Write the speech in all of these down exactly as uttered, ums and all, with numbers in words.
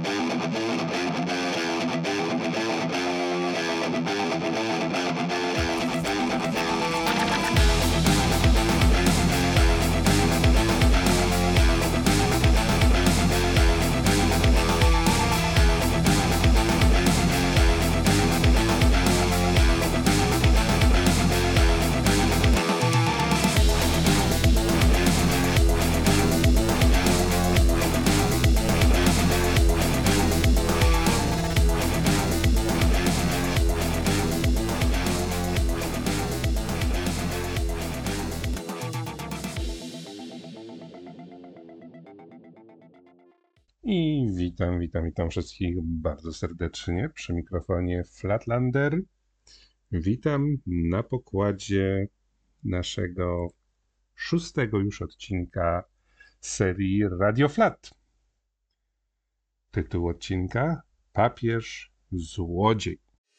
I witam, witam, witam wszystkich bardzo serdecznie przy mikrofonie Flatlander. Witam na pokładzie naszego szóstego już odcinka serii Radio Flat. Tytuł odcinka: Papież Złodziej.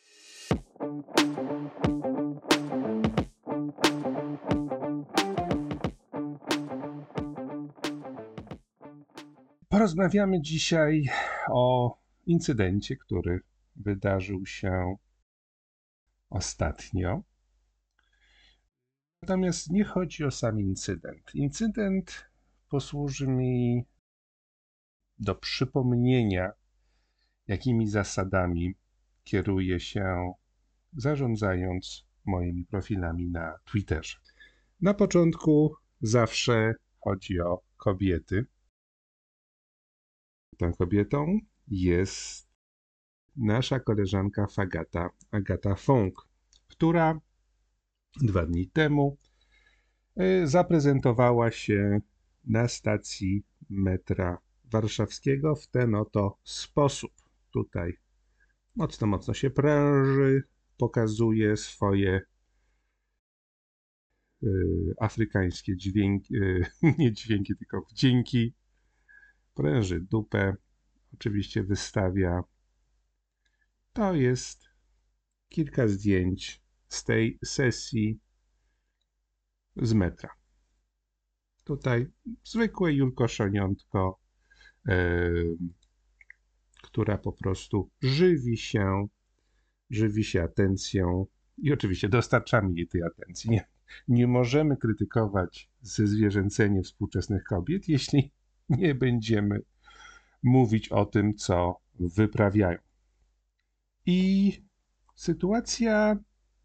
Porozmawiamy dzisiaj o incydencie, który wydarzył się ostatnio. Natomiast nie chodzi o sam incydent. Incydent posłuży mi do przypomnienia, jakimi zasadami kieruję się, zarządzając moimi profilami na Twitterze. Na początku zawsze chodzi o kobiety. Tą kobietą jest nasza koleżanka Fagata, Agata Fong, która dwa dni temu zaprezentowała się na stacji metra warszawskiego w ten oto sposób. Tutaj mocno, mocno się pręży, pokazuje swoje y, afrykańskie dźwięki, y, nie dźwięki, tylko wdzięki. Pręży dupę, oczywiście wystawia. To jest kilka zdjęć z tej sesji z metra. Tutaj zwykłe Julko Szoniątko, yy, która po prostu żywi się, żywi się atencją i oczywiście dostarczamy jej tej atencji. Nie, nie możemy krytykować ze zwierzęcenia współczesnych kobiet, jeśli nie będziemy mówić o tym, co wyprawiają. I sytuacja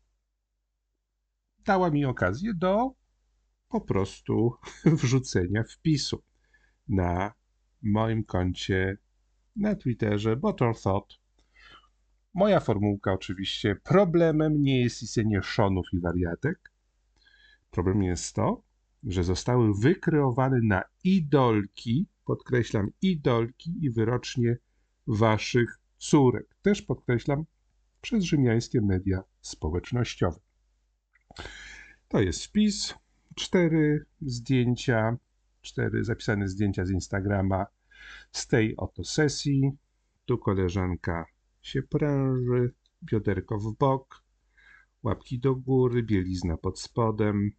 dała mi okazję do po prostu wrzucenia wpisu na moim koncie na Twitterze Bottle Thought. Moja formułka oczywiście: problemem nie jest istnienie szonów i wariatek. Problemem jest to, że zostały wykreowane na idolki, podkreślam, idolki i wyrocznie waszych córek. Też podkreślam, przez rzymiańskie media społecznościowe. To jest wpis, cztery zdjęcia, cztery zapisane zdjęcia z Instagrama z tej oto sesji. Tu koleżanka się pręży, bioderko w bok, łapki do góry, bielizna pod spodem.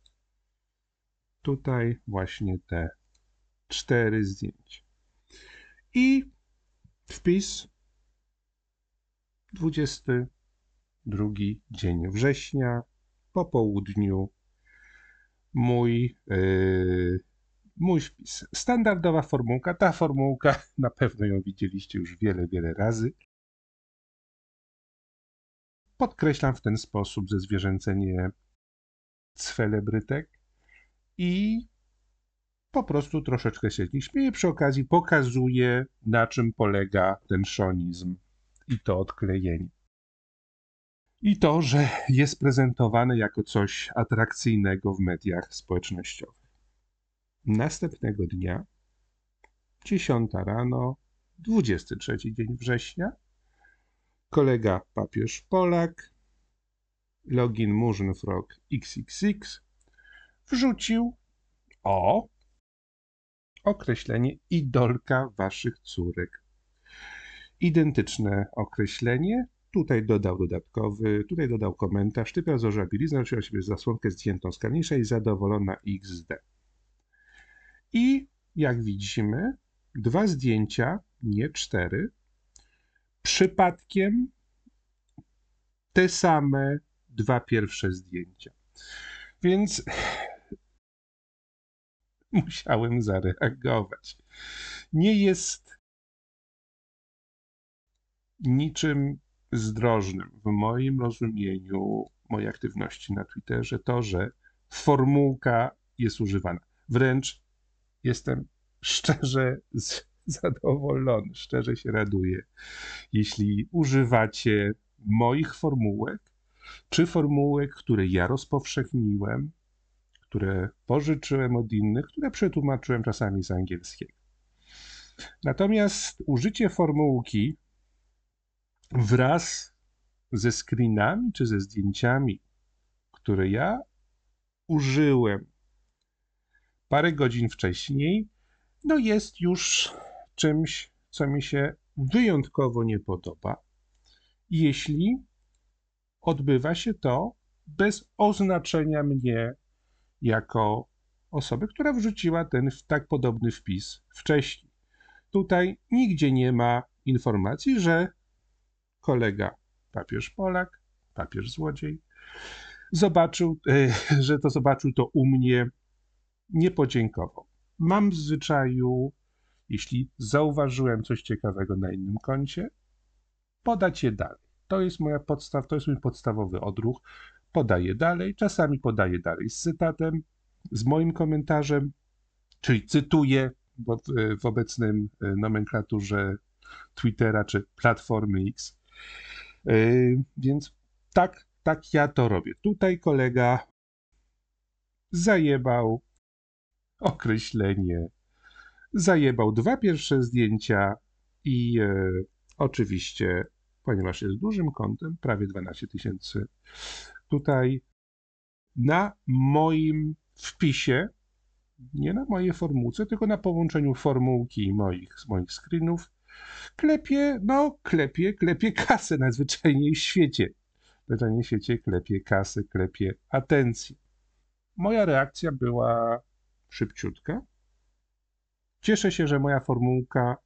Tutaj właśnie te cztery zdjęcia. I wpis dwudziesty drugi dzień września, po południu, mój, yy, mój wpis. Standardowa formułka. Ta formułka, na pewno ją widzieliście już wiele, wiele razy. Podkreślam w ten sposób zezwierzęcenie celebrytek i po prostu troszeczkę się z nich śmieję. Przy okazji pokazuję, na czym polega ten szonizm i to odklejenie. I to, że jest prezentowane jako coś atrakcyjnego w mediach społecznościowych. Następnego dnia, dziesiąta rano, dwudziesty trzeci dzień września, kolega papież Polak, login Murzynfrog iks iks iks, wrzucił o określenie idolka waszych córek. Identyczne określenie. Tutaj dodał dodatkowy, tutaj dodał komentarz. Typia zorza bielizna, zaczęła sobie zasłonkę zdjętą z karnisza i zadowolona iks de. I jak widzimy, dwa zdjęcia nie cztery, przypadkiem te same dwa pierwsze zdjęcia. Więc musiałem zareagować. Nie jest niczym zdrożnym w moim rozumieniu mojej aktywności na Twitterze to, że formułka jest używana. Wręcz jestem szczerze zadowolony, szczerze się raduję, jeśli używacie moich formułek, czy formułek, które ja rozpowszechniłem, które pożyczyłem od innych, które przetłumaczyłem czasami z angielskiego. Natomiast użycie formułki wraz ze screenami czy ze zdjęciami, które ja użyłem parę godzin wcześniej, no jest już czymś, co mi się wyjątkowo nie podoba, jeśli odbywa się to bez oznaczenia mnie jako osoby, która wrzuciła ten tak podobny wpis wcześniej. Tutaj nigdzie nie ma informacji, że kolega papież Polak, papież złodziej, zobaczył, że to zobaczył to u mnie, nie podziękował. Mam w zwyczaju, jeśli zauważyłem coś ciekawego na innym koncie, podać je dalej. To jest moja podstaw, to jest mój podstawowy odruch. Podaję dalej, czasami podaję dalej z cytatem, z moim komentarzem, czyli cytuję w, w obecnym nomenklaturze Twittera czy Platformy X. Yy, więc tak, tak ja to robię. Tutaj kolega zajebał określenie, zajebał dwa pierwsze zdjęcia i e, oczywiście, ponieważ jest dużym kontem, prawie dwanaście tysięcy, tutaj na moim wpisie, nie na mojej formułce, tylko na połączeniu formułki i moich, moich screenów, klepie, no klepie, klepie kasę najzwyczajniej w świecie. Najzwyczajniej w świecie klepie kasę, klepie atencję. Moja reakcja była szybciutka. Cieszę się, że moja formułka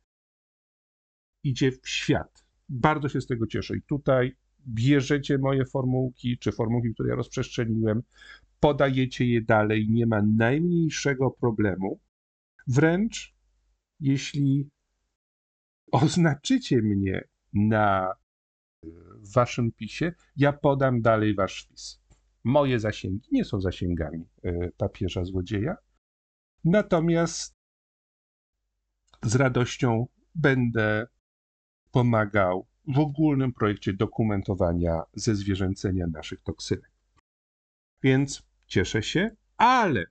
idzie w świat. Bardzo się z tego cieszę. I tutaj bierzecie moje formułki, czy formułki, które ja rozprzestrzeniłem, podajecie je dalej, nie ma najmniejszego problemu. Wręcz jeśli oznaczycie mnie na waszym pisie, ja podam dalej wasz wpis. Moje zasięgi nie są zasięgami papieża złodzieja, natomiast z radością będę pomagał w ogólnym projekcie dokumentowania zezwierzęcenia naszych toksynek. Więc cieszę się, ale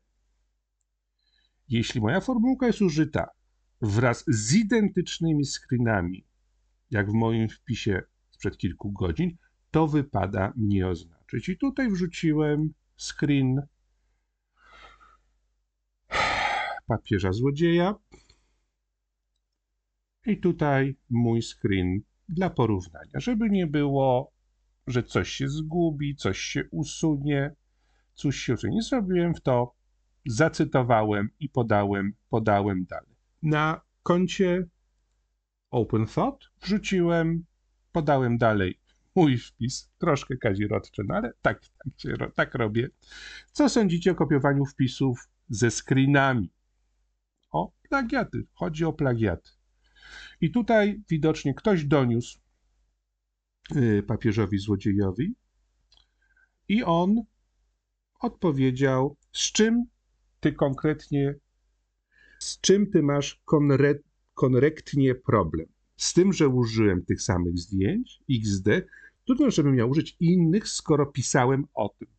jeśli moja formułka jest użyta wraz z identycznymi screenami, jak w moim wpisie sprzed kilku godzin, to wypada mnie oznaczyć. I tutaj wrzuciłem screen papieża złodzieja i tutaj mój screen dla porównania, żeby nie było, że coś się zgubi, coś się usunie, coś się usunie. Nie zrobiłem w to, zacytowałem i podałem, podałem dalej. Na koncie OpenThought wrzuciłem, podałem dalej mój wpis, troszkę kazirodczy, no ale tak, tak, się, tak robię. Co sądzicie o kopiowaniu wpisów ze screenami? O plagiaty, chodzi o plagiaty. I tutaj widocznie ktoś doniósł yy, papieżowi złodziejowi i on odpowiedział, z czym ty konkretnie, z czym ty masz konre, korektnie problem. Z tym, że użyłem tych samych zdjęć, iks de, trudno, żebym miał użyć innych, skoro pisałem o tym.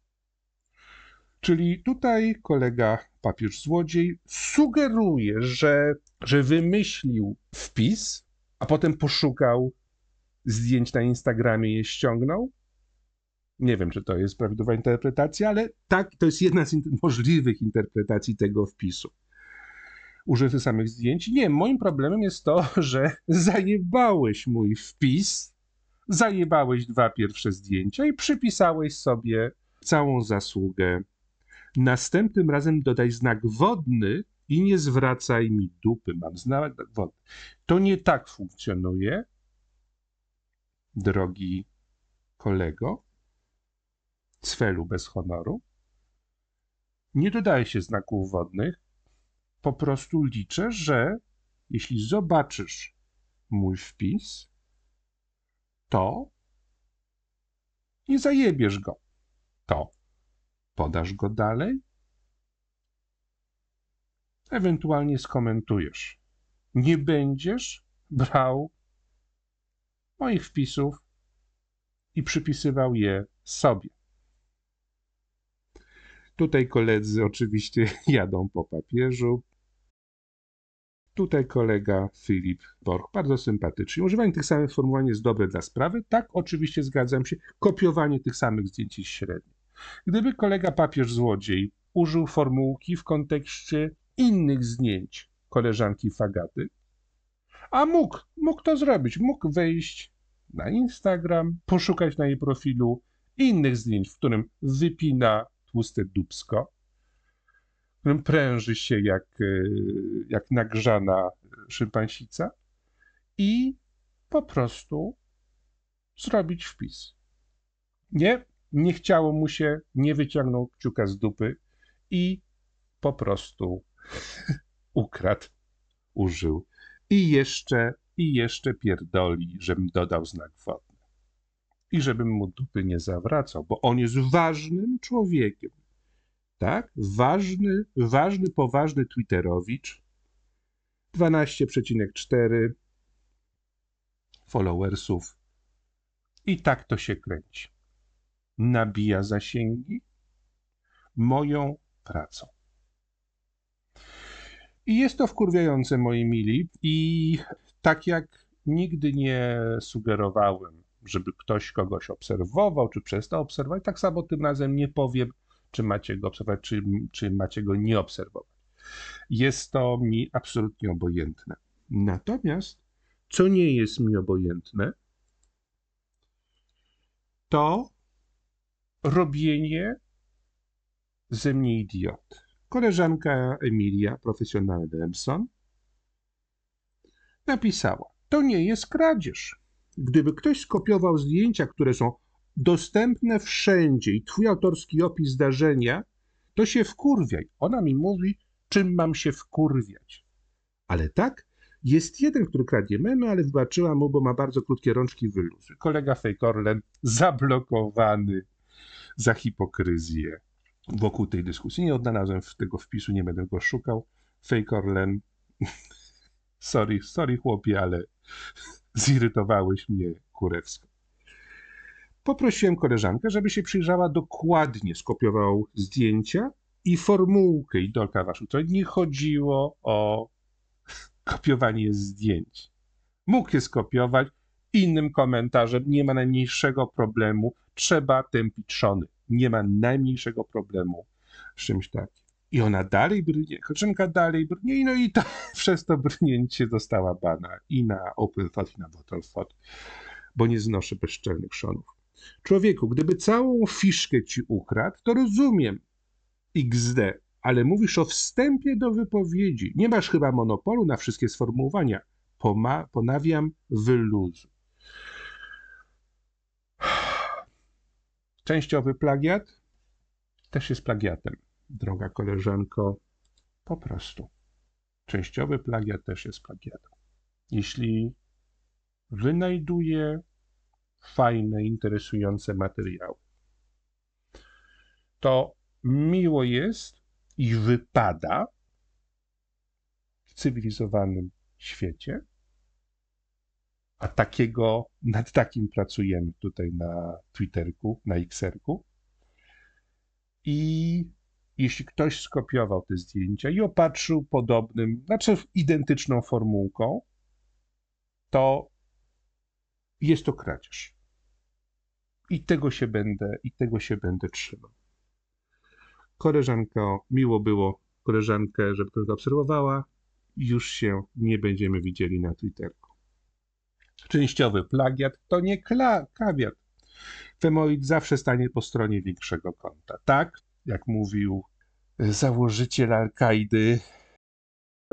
Czyli tutaj kolega papież złodziej sugeruje, że, że wymyślił wpis, a potem poszukał zdjęć na Instagramie i je ściągnął. Nie wiem, czy to jest prawidłowa interpretacja, ale tak, to jest jedna z in- możliwych interpretacji tego wpisu. Użyty samych zdjęć. Nie, moim problemem jest to, że zajebałeś mój wpis, zajebałeś dwa pierwsze zdjęcia i przypisałeś sobie całą zasługę. Następnym razem dodaj znak wodny i nie zwracaj mi dupy, mam znak wodny. To nie tak funkcjonuje, drogi kolego, cwelu bez honoru. Nie dodaje się znaków wodnych, po prostu liczę, że jeśli zobaczysz mój wpis, to nie zajebiesz go. To podasz go dalej, ewentualnie skomentujesz. Nie będziesz brał moich wpisów i przypisywał je sobie. Tutaj koledzy oczywiście jadą po papieżu. Tutaj kolega Filip Borch, bardzo sympatycznie. Używanie tych samych sformułowań jest dobre dla sprawy. Tak, oczywiście zgadzam się. Kopiowanie tych samych zdjęć jest średnie. Gdyby kolega papież złodziej użył formułki w kontekście innych zdjęć koleżanki Fagaty, a mógł, mógł to zrobić, mógł wejść na Instagram, poszukać na jej profilu innych zdjęć, w którym wypina tłuste dupsko, w którym pręży się jak, jak nagrzana szympansica i po prostu zrobić wpis. Nie, nie chciało mu się, nie wyciągnął kciuka z dupy i po prostu ukradł, użył. I jeszcze, i jeszcze pierdoli, żebym dodał znak wodny. I żebym mu dupy nie zawracał, bo on jest ważnym człowiekiem. Tak? Ważny, ważny, poważny twitterowicz. dwanaście przecinek cztery followersów. I tak to się kręci. Nabija zasięgi moją pracą. I jest to wkurwiające, moi mili, i tak jak nigdy nie sugerowałem, żeby ktoś kogoś obserwował, czy przestał obserwować, tak samo tym razem nie powiem, czy macie go obserwować, czy, czy macie go nie obserwować. Jest to mi absolutnie obojętne. Natomiast, co nie jest mi obojętne, to robienie ze mnie idioty. Koleżanka Emilia, profesjonalny Remson, napisała: to nie jest kradzież. Gdyby ktoś skopiował zdjęcia, które są dostępne wszędzie i twój autorski opis zdarzenia, to się wkurwiaj. Ona mi mówi, czym mam się wkurwiać. Ale tak, jest jeden, który kradnie memy, ale wybaczyła mu, bo ma bardzo krótkie rączki, wyluzy. Kolega Fake Orlen zablokowany za hipokryzję. Wokół tej dyskusji nie odnalazłem tego wpisu, nie będę go szukał. Fake Orlen, sorry, sorry chłopie, ale zirytowałeś mnie kurewsko. Poprosiłem koleżankę, żeby się przyjrzała dokładnie, skopiował zdjęcia i formułkę i dolka waszu. To nie chodziło o kopiowanie zdjęć. Mógł je skopiować innym komentarzem, nie ma najmniejszego problemu, trzeba tępić szony. Nie ma najmniejszego problemu z czymś takim. I ona dalej brnie, koleżanka dalej brnie, i no i to, przez to brnięcie została bana i na OpenThought, i na BottleThought, bo nie znoszę bezczelnych szonów. Człowieku, gdyby całą fiszkę ci ukradł, to rozumiem, iks de, ale mówisz o wstępie do wypowiedzi. Nie masz chyba monopolu na wszystkie sformułowania. Poma- ponawiam, wyluzuj. Częściowy plagiat też jest plagiatem, droga koleżanko. Po prostu. Częściowy plagiat też jest plagiatem. Jeśli wynajduję fajne, interesujące materiały, to miło jest i wypada w cywilizowanym świecie, a takiego, nad takim pracujemy tutaj na Twitterku, na Xerku. I jeśli ktoś skopiował te zdjęcia i opatrzył podobnym, znaczy identyczną formułką, to jest to kradzież. I tego się będę, i tego się będę trzymał. Koleżanko, miło było koleżankę, żeby to obserwowała. Już się nie będziemy widzieli na Twitterku. Częściowy plagiat to nie kla- kawiat. Femoid zawsze stanie po stronie większego konta. Tak, jak mówił założyciel Al-Kaidy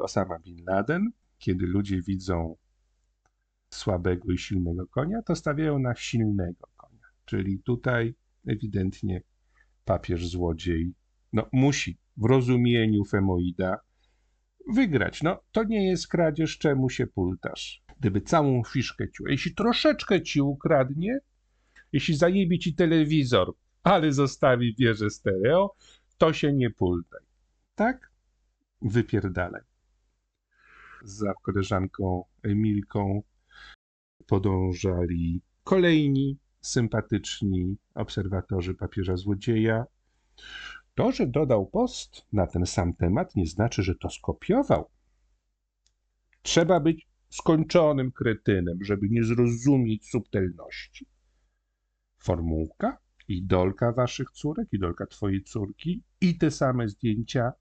Osama Bin Laden, kiedy ludzie widzą słabego i silnego konia, to stawiają na silnego konia. Czyli tutaj ewidentnie papież złodziej no, musi w rozumieniu femoida wygrać. No, to nie jest kradzież, czemu się pultasz? Gdyby całą fiszkę ci, jeśli troszeczkę ci ukradnie, jeśli zajebie ci telewizor, ale zostawi wieżę stereo, to się nie pultaj. Tak? Wypierdalaj. Za koleżanką Emilką podążali kolejni sympatyczni obserwatorzy papieża złodzieja. To, że dodał post na ten sam temat, nie znaczy, że to skopiował. Trzeba być skończonym kretynem, żeby nie zrozumieć subtelności. Formułka, idolka waszych córek, idolka twojej córki i te same zdjęcia.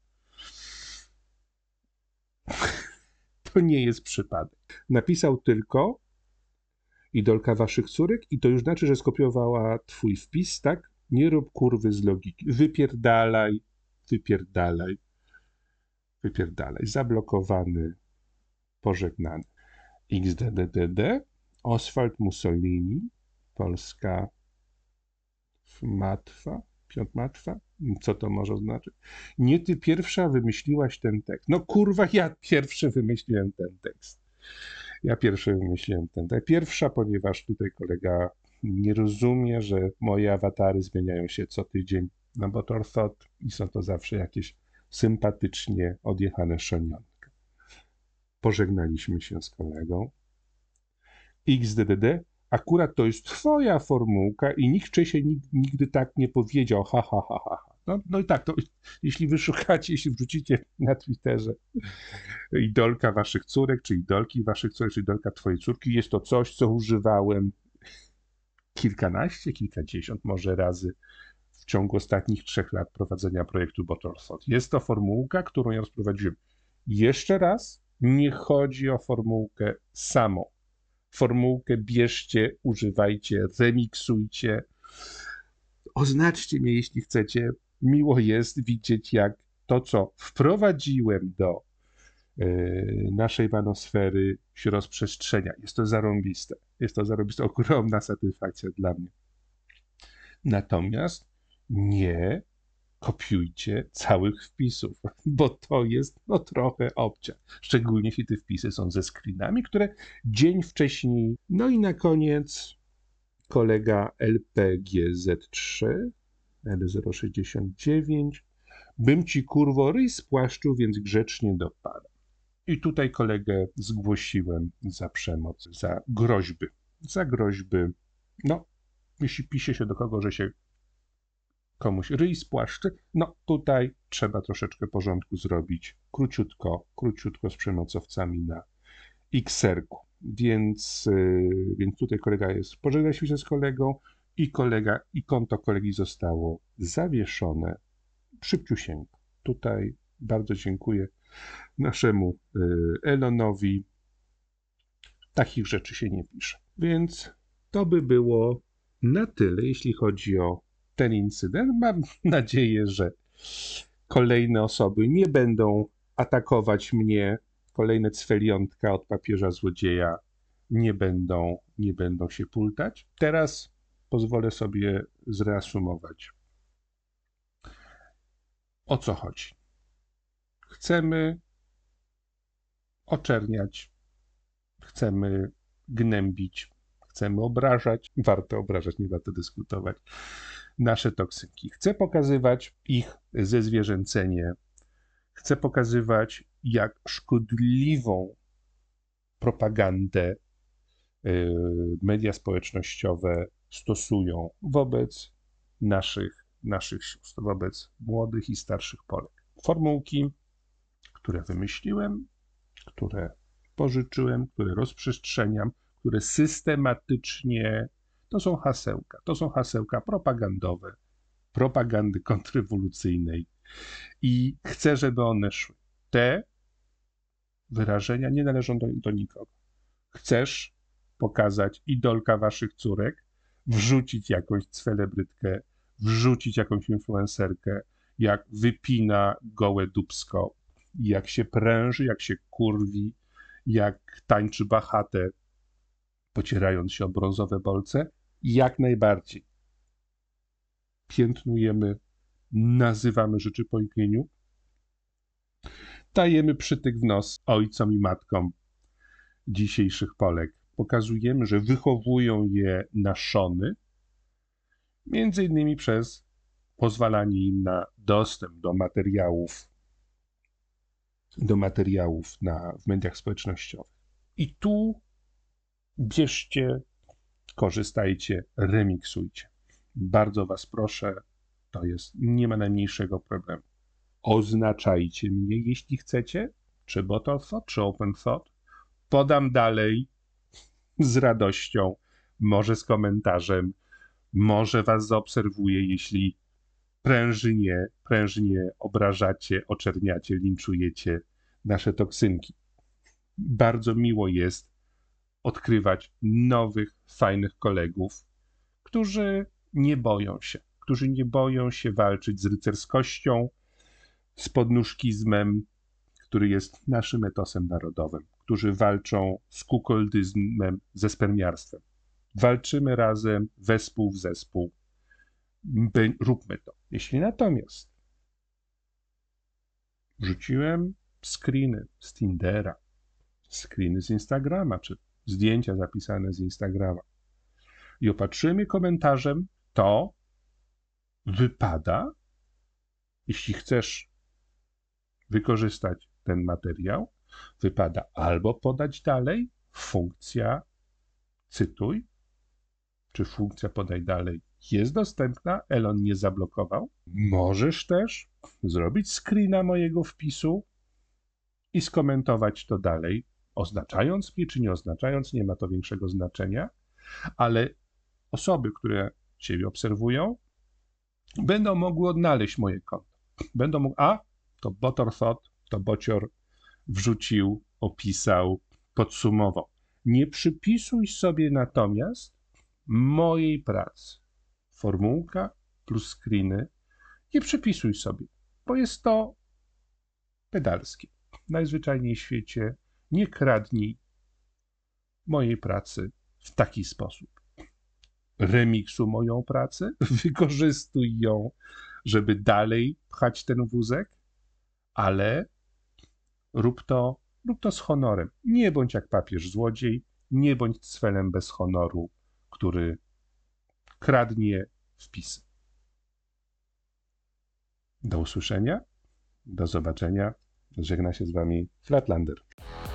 To nie jest przypadek. Napisał tylko idolka waszych córek i to już znaczy, że skopiowała twój wpis, tak? Nie rób kurwy z logiki. Wypierdalaj, wypierdalaj, wypierdalaj. Zablokowany, pożegnany. X D D D D, Oswald Mussolini, Polska Matwa, Piotr Matwa, co to może znaczyć? Nie ty pierwsza wymyśliłaś ten tekst. No kurwa, ja pierwszy wymyśliłem ten tekst. Ja pierwszy wymyśliłem ten tekst. Pierwsza, ponieważ tutaj kolega nie rozumie, że moje awatary zmieniają się co tydzień na Motorthought i są to zawsze jakieś sympatycznie odjechane szonionka. Pożegnaliśmy się z kolegą. X D D D, akurat to jest twoja formułka i nikt wcześniej nigdy tak nie powiedział, ha, ha, ha, ha. No, no i tak, to jeśli wyszukacie, jeśli wrzucicie na Twitterze idolka waszych córek, czy idolki waszych córek, czy idolka twojej córki, jest to coś, co używałem kilkanaście, kilkadziesiąt może razy w ciągu ostatnich trzech lat prowadzenia projektu Motorthought. Jest to formułka, którą ja rozprowadziłem. Jeszcze raz, nie chodzi o formułkę samą. Formułkę bierzcie, używajcie, remiksujcie. Oznaczcie mnie, jeśli chcecie. Miło jest widzieć, jak to, co wprowadziłem do yy, naszej manosfery, się rozprzestrzenia. Jest to zarąbiste. Jest to zarąbiste. Ogromna satysfakcja dla mnie. Natomiast nie kopiujcie całych wpisów, bo to jest no trochę obciach. Szczególnie jeśli te wpisy są ze screenami, które dzień wcześniej. No i na koniec kolega L P G Z trzy L zero sześćdziesiąt dziewięć. Bym ci kurwo ryj spłaszczył, więc grzecznie do pana. I tutaj kolegę zgłosiłem za przemoc, za groźby. Za groźby. No, jeśli pisze się do kogo, że się komuś ryj spłaszczy, no tutaj trzeba troszeczkę porządku zrobić. Króciutko, króciutko z przemocowcami na X-erku. Więc, yy, więc tutaj kolega jest, pożegnaliśmy się z kolegą i kolega, i konto kolegi zostało zawieszone szybciusieńko. Tutaj bardzo dziękuję naszemu yy, Elonowi. Takich rzeczy się nie pisze. Więc to by było na tyle, jeśli chodzi o ten incydent. Mam nadzieję, że kolejne osoby nie będą atakować mnie, kolejne cweliątka od papieża złodzieja nie będą, nie będą się pultać. Teraz pozwolę sobie zreasumować, o co chodzi. Chcemy oczerniać, chcemy gnębić, chcemy obrażać. Warto obrażać, nie warto dyskutować. Nasze toksynki. Chcę pokazywać ich zezwierzęcenie. Chcę pokazywać, jak szkodliwą propagandę yy, media społecznościowe stosują wobec naszych, naszych sióstr, wobec młodych i starszych Polek. Formułki, które wymyśliłem, które pożyczyłem, które rozprzestrzeniam, które systematycznie, to są hasełka, to są hasełka propagandowe, propagandy kontrrewolucyjnej i chcę, żeby one szły. Te wyrażenia nie należą do, do nikogo. Chcesz pokazać idolka waszych córek, wrzucić jakąś celebrytkę, wrzucić jakąś influencerkę, jak wypina gołe dupsko jak się pręży, jak się kurwi, jak tańczy Bachatę, pocierając się o brązowe bolce, jak najbardziej. Piętnujemy, nazywamy rzeczy po imieniu, dajemy przytyk w nos ojcom i matkom dzisiejszych Polek. Pokazujemy, że wychowują je naszony, między innymi przez pozwalanie im na dostęp do materiałów, do materiałów na, w mediach społecznościowych. I tu bierzcie, korzystajcie, remiksujcie. Bardzo was proszę, to jest, nie ma najmniejszego problemu. Oznaczajcie mnie, jeśli chcecie, czy Bottlethought, czy OpenThought. Podam dalej z radością, może z komentarzem, może was zaobserwuję, jeśli prężnie, prężnie obrażacie, oczerniacie, linczujecie nasze toksynki. Bardzo miło jest odkrywać nowych, fajnych kolegów, którzy nie boją się, którzy nie boją się walczyć z rycerskością, z podnóżkizmem, który jest naszym etosem narodowym, którzy walczą z kukoldyzmem, ze spermiarstwem. Walczymy razem, wespół w zespół. By, róbmy to. Jeśli natomiast wrzuciłem screeny z Tindera, screeny z Instagrama, czy zdjęcia zapisane z Instagrama i opatrzymy komentarzem, to wypada, jeśli chcesz wykorzystać ten materiał, wypada albo podać dalej, funkcja cytuj, czy funkcja podaj dalej jest dostępna, Elon nie zablokował. Możesz też zrobić screena mojego wpisu i skomentować to dalej, oznaczając mnie, czy nie oznaczając, nie ma to większego znaczenia, ale osoby, które Ciebie obserwują, będą mogły odnaleźć moje konto. Będą mogły, a, to Bottlethought, to Bocior wrzucił, opisał, podsumował. Nie przypisuj sobie natomiast mojej pracy. Formułka plus screeny. Nie przypisuj sobie, bo jest to pedalskie. Najzwyczajniej w świecie nie kradnij mojej pracy w taki sposób. Remiksuj moją pracę, wykorzystuj ją, żeby dalej pchać ten wózek, ale rób to, rób to z honorem. Nie bądź jak papież złodziej, nie bądź cwelem bez honoru, który kradnie wpisy. Do usłyszenia, do zobaczenia. Żegna się z wami Flatlander.